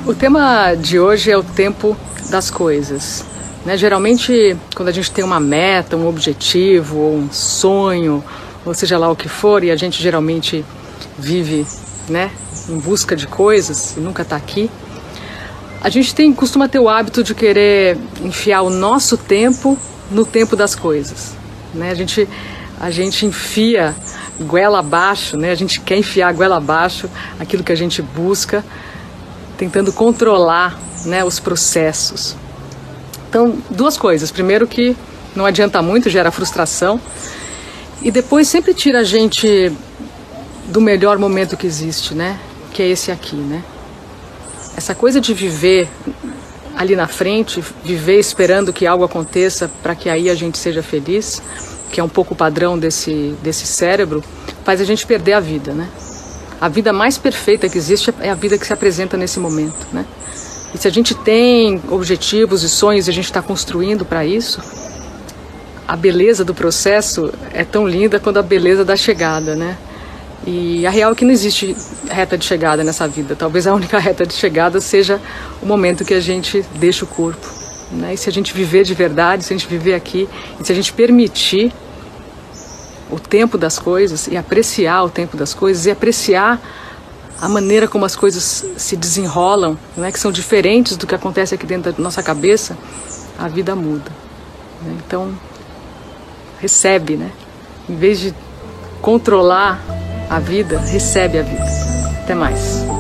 O tema de hoje é o tempo das coisas, né? Geralmente, quando a gente tem uma meta, um objetivo, ou um sonho, ou seja lá o que for, e a gente geralmente vive, né, em busca de coisas e nunca está aqui, a gente costuma ter o hábito de querer enfiar o nosso tempo no tempo das coisas, né? A gente enfia goela abaixo, né? A gente quer enfiar a goela abaixo aquilo que a gente busca, tentando controlar, né, os processos. Então, duas coisas. Primeiro, que não adianta muito, gera frustração. E depois sempre tira a gente do melhor momento que existe, né? Que é esse aqui, né? Essa coisa de viver ali na frente, viver esperando que algo aconteça para que aí a gente seja feliz, que é um pouco o padrão desse cérebro, faz a gente perder a vida, né? A vida mais perfeita que existe é a vida que se apresenta nesse momento, né? E se a gente tem objetivos e sonhos e a gente está construindo para isso, a beleza do processo é tão linda quanto a beleza da chegada, né? E a real é que não existe reta de chegada nessa vida. Talvez a única reta de chegada seja o momento que a gente deixa o corpo, né? E se a gente viver de verdade, se a gente viver aqui, e se a gente permitir o tempo das coisas e apreciar o tempo das coisas e apreciar a maneira como as coisas se desenrolam, né, que são diferentes do que acontece aqui dentro da nossa cabeça, a vida muda, né? Então, recebe, né? Em vez de controlar a vida, recebe a vida. Até mais.